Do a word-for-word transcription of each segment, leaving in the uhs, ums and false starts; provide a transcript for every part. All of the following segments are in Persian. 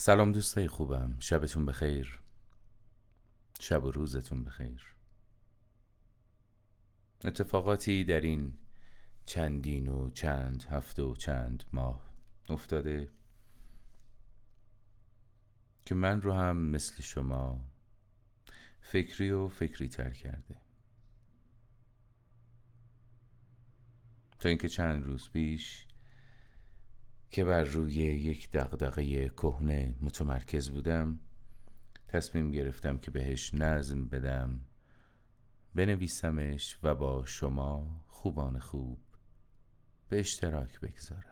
سلام دوستای خوبم، شبتون بخیر. شب و روزتون بخیر. اتفاقاتی در این چندین و چند هفته و چند ماه افتاده که من رو هم مثل شما فکری و فکری تر کرده. تا اینکه چند روز پیش که بر روی یک دغدغه کهنه متمرکز بودم، تصمیم گرفتم که بهش نظم بدم، بنویسمش و با شما خوبان خوب به اشتراک بگذارم.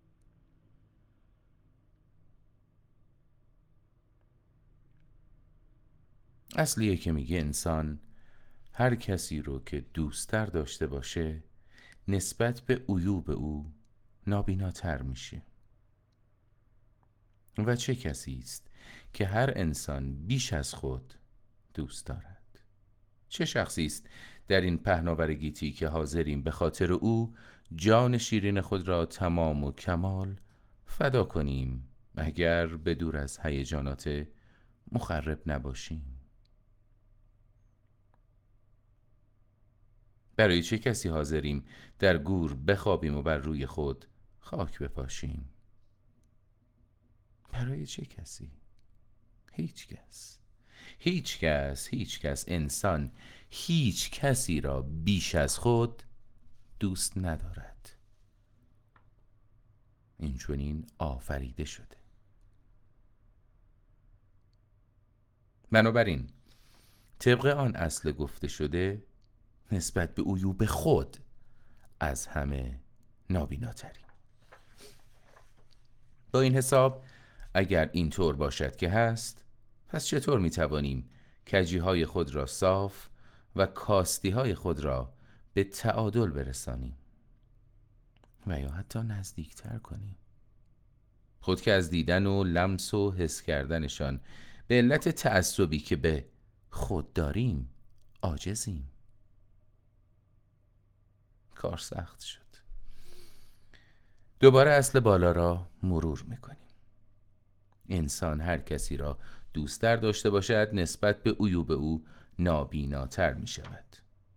اصلیه که میگه انسان هر کسی رو که دوستتر داشته باشه نسبت به عیوب او نابیناتر میشه. و چه کسی است که هر انسان بیش از خود دوست دارد؟ چه شخصی است در این پهناور گیتی که حاضریم به خاطر او جان شیرین خود را تمام و کمال فدا کنیم، اگر به دور از هیجانات مخرب نباشیم؟ برای چه کسی حاضریم در گور بخوابیم و بر روی خود خاک بپاشیم؟ برای چه کسی؟ هیچ کس. هیچ کس هیچ کس انسان هیچ کسی را بیش از خود دوست ندارد. این چنین آفریده شده. بنابراین طبق آن اصل گفته شده نسبت به عیوب خود از همه نابیناتریم. با این حساب اگر اینطور باشد که هست، پس چطور می توانیم کجی های خود را صاف و کاستی های خود را به تعادل برسانیم و یا حتی نزدیکتر کنیم؟ خود که از دیدن و لمس و حس کردنشان به علت تعصبی که به خود داریم عاجزیم. کار سخت شد. دوباره اصل بالا را مرور میکنیم. انسان هر کسی را دوستتر داشته باشد نسبت به عیوب او نابیناتر می شود.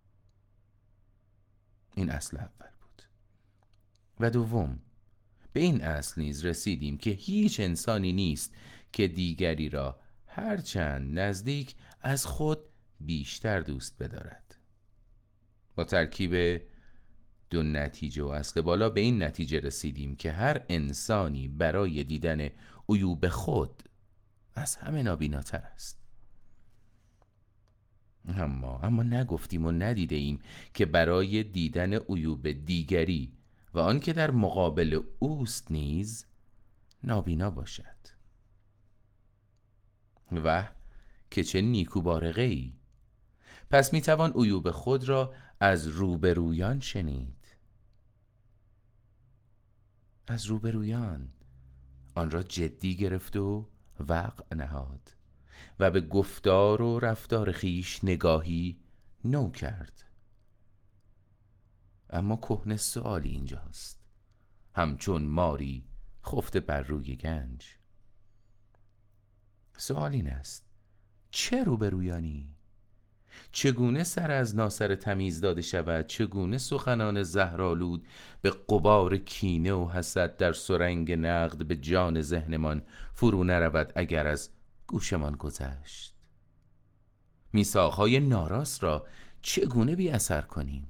این اصل اول بود. و دوم، به این اصل نیز رسیدیم که هیچ انسانی نیست که دیگری را هرچند نزدیک از خود بیشتر دوست بدارد. با ترکیب دو نتیجه و اصل بالا به این نتیجه رسیدیم که هر انسانی برای دیدن عیوب خود از همه نابیناتر است. اما اما نگفتیم و ندیده ایم که برای دیدن عیوب دیگری و آن که در مقابل اوست نیز نابینا باشد. و که چه نیکو بارقه ای! پس میتوان عیوب خود را از روبرویان شنید. از روبرویان آن را جدی گرفت و وقع نهاد و به گفتار و رفتار خیش نگاهی نو کرد. اما کهنه سؤالی اینجاست، همچون ماری خفته بر روی گنج. سؤال این است: چه روبرویانی؟ چگونه سر از ناسر تمیز داده شود؟ چگونه سخنان زهرآلود به غبار کینه و حسد در سرنگ نقد به جان ذهنمان فرو نرود اگر از گوشمان گذشت؟ میثاقهای ناراست را چگونه بی اثر کنیم؟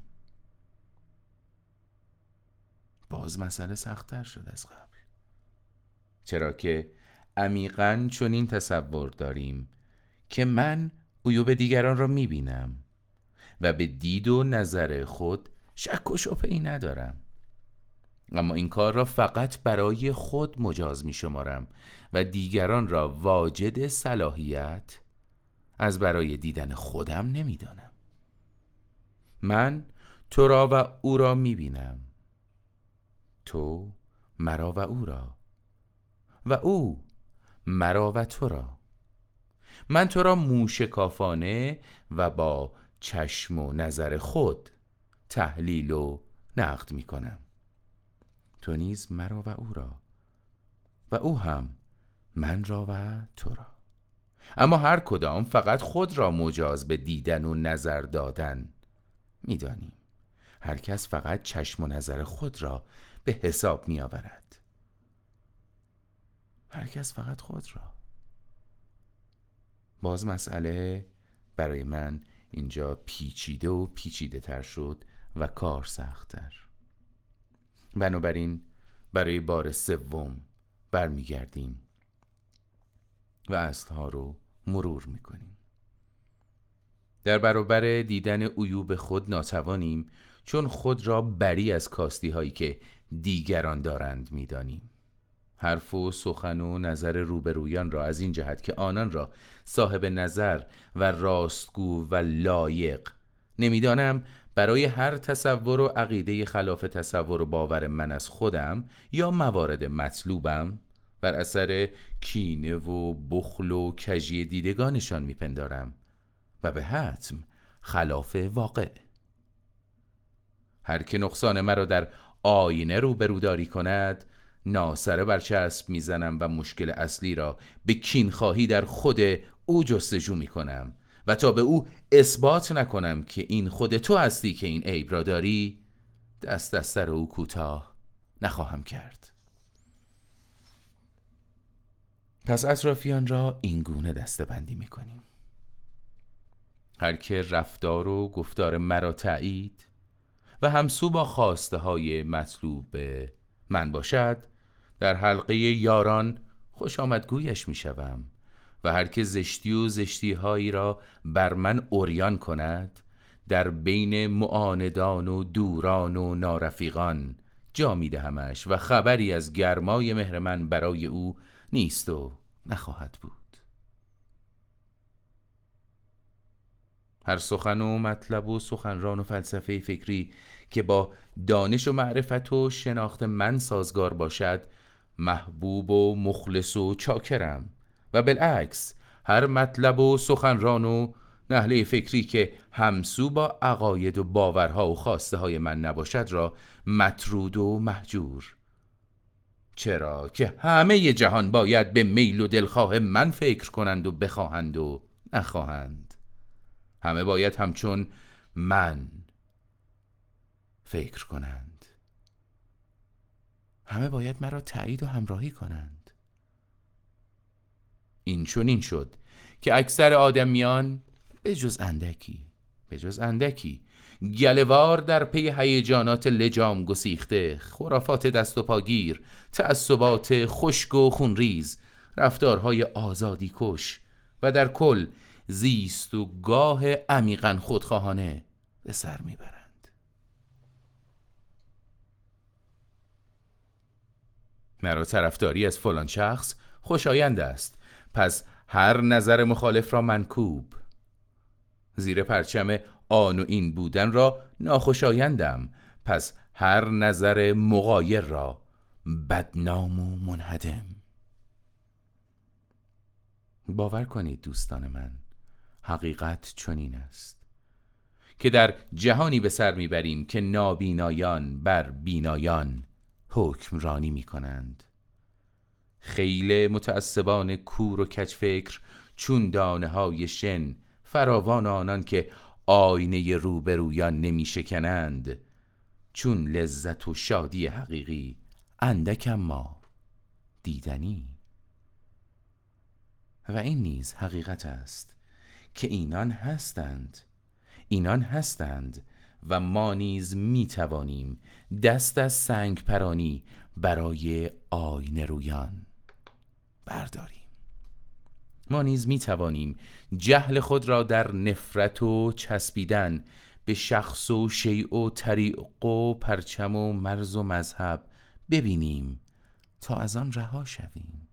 باز مسئله سخت‌تر شد از قبل، چرا که عمیقاً چنین تصور داریم که من عیوب دیگران را میبینم و به دید و نظر خود شک و شبهه‌ای ندارم، اما این کار را فقط برای خود مجاز می شمارم و دیگران را واجد صلاحیت از برای دیدن خودم نمی دانم. من تو را و او را می بینم، تو مرا و او را، و او مرا و تو را. من تو را موشکافانه و با چشم و نظر خود تحلیل و نقد می کنم، تو نیز مرا و او را، و او هم من را و تو را. اما هر کدام فقط خود را مجاز به دیدن و نظر دادن می‌دانیم. هر کس فقط چشم و نظر خود را به حساب می آورد. هر کس فقط خود را. باز مسئله برای من اینجا پیچیده و پیچیده تر شد و کار سخت‌تر. بنابراین برای بار سوم برمیگردیم و اصلها رو مرور میکنیم. در برابر دیدن عیوب خود ناتوانیم، چون خود را بری از کاستی هایی که دیگران دارند میدانیم. حرف و سخن و نظر روبرویان را از این جهت که آنان را صاحب نظر و راستگو و لایق نمیدانم، برای هر تصور و عقیده خلاف تصور و باور من از خودم یا موارد مطلوبم بر اثر کینه و بخل و کژی دیدگانشان میپندارم و به حتم خلاف واقع. هر که نقصان مرا در آینه روبروداری کند، ناسره بر چسب میزنم و مشکل اصلی را به کینخواهی در خود او جستجو میکنم و تا به او اثبات نکنم که این خود تو هستی که این عیب را داری، دست از سر او کوتاه نخواهم کرد. پس اطرافیان را این گونه دسته بندی میکنیم. هر که رفتار و گفتار مرا تایید و همسو با خواسته های مطلوب من باشد، در حلقه یاران خوش آمدگویش می شوم و هر که زشتی و زشتی هایی را بر من عریان کند، در بین معاندان و دوران و نارفیقان جا می دهمش و خبری از گرمای مهر من برای او نیست و نخواهد بود. هر سخن و مطلب و سخنران و فلسفه فکری که با دانش و معرفت و شناخت من سازگار باشد، محبوب و مخلص و چاکرم، و بالعکس هر مطلب و سخنران و نحله فکری که همسو با عقاید و باورها و خواسته های من نباشد را مطرود و مهجور. چرا که همه جهان باید به میل و دلخواه من فکر کنند و بخواهند و نخواهند. همه باید همچون من فکر کنند. همه باید مرا تایید و همراهی کنند. این چون این شد که اکثر آدمیان به جز اندکی به جز اندکی گله‌وار در پی هیجانات لجام گسیخته، خرافات دست و پاگیر، تعصبات خشک و خونریز، رفتارهای آزادی کش و در کل زیست و گاه عمیقاً خودخواهانه به سر میبرند. مرا طرفداری از فلان شخص خوشایند است، پس هر نظر مخالف را منکوب. زیر پرچم آن و این بودن را ناخوشایندم، پس هر نظر مغایر را بدنام و منهدم. باور کنید دوستان من، حقیقت چنین است که در جهانی به سر میبریم که نابینایان بر بینایان حکمرانی می کنند. خیل متعصبان کور و کجفکر چون دانه های شن، فراوان آنان که آینه روبرویان نمی شکنند، چون لذت و شادی حقیقی اندک اما دیدنی. و این نیز حقیقت است که اینان هستند اینان هستند و ما نیز می توانیم دست از سنگ پرانی برای آینه رویان برداریم. ما نیز می توانیم جهل خود را در نفرت و چسبیدن به شخص و شیء و طریق و پرچم و مرز و مذهب ببینیم تا از آن رها شویم.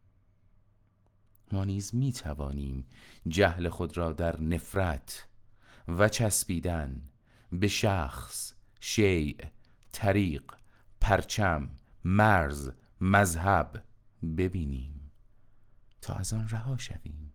ما نیز می توانیم جهل خود را در نفرت و چسبیدن به شخص، شیء، طریق، پرچم، مرز، مذهب ببینیم تا از آن رها شویم.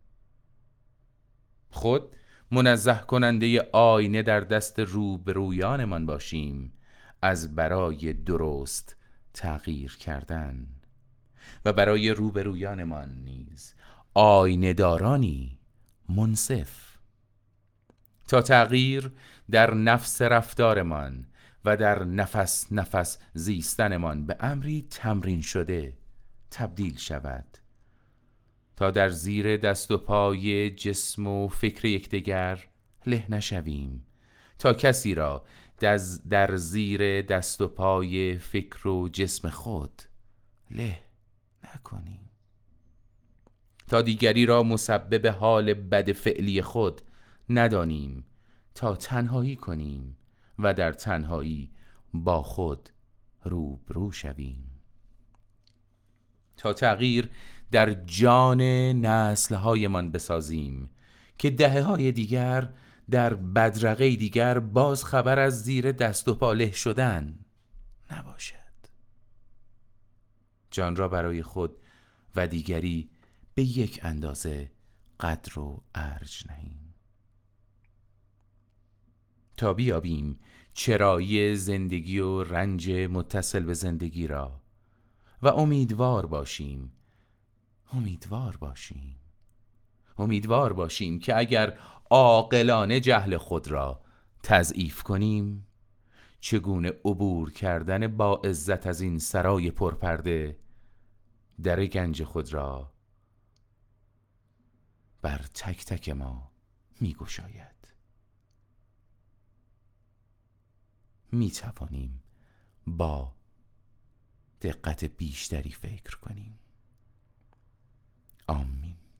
خود منزه کننده آینه در دست روبرویانمان باشیم از برای درست تغییر کردن. و برای روبرویانمان نیز آینه‌دارانی منصف، تا تغییر در نفس رفتارمان و در نفس نفس زیستنمان به امری تمرین شده تبدیل شود، تا در زیر دست و پای جسم و فکر یکدیگر له نشویم، تا کسی را در زیر دست و پای فکر و جسم خود له نکنیم، تا دیگری را مسبب حال بد فعلی خود ندانیم، تا تنهایی کنیم و در تنهایی با خود روبرو شویم، تا تغییر در جان نسل‌هایمان بسازیم که دهه‌های دیگر در بدرقه دیگر باز خبر از زیر دست و پا له شدن نباشد. جان را برای خود و دیگری به یک اندازه قدر و ارج نهیم، تا بیابیم چرایی زندگی و رنج متصل به زندگی را و امیدوار باشیم امیدوار باشیم امیدوار باشیم که اگر عاقلانه جهل خود را تضعیف کنیم، چگونه عبور کردن با عزت از این سرای پرپرده در گنج خود را بر تک تک ما می گشاید. می توانیم با دقت بیشتری فکر کنیم. آمین.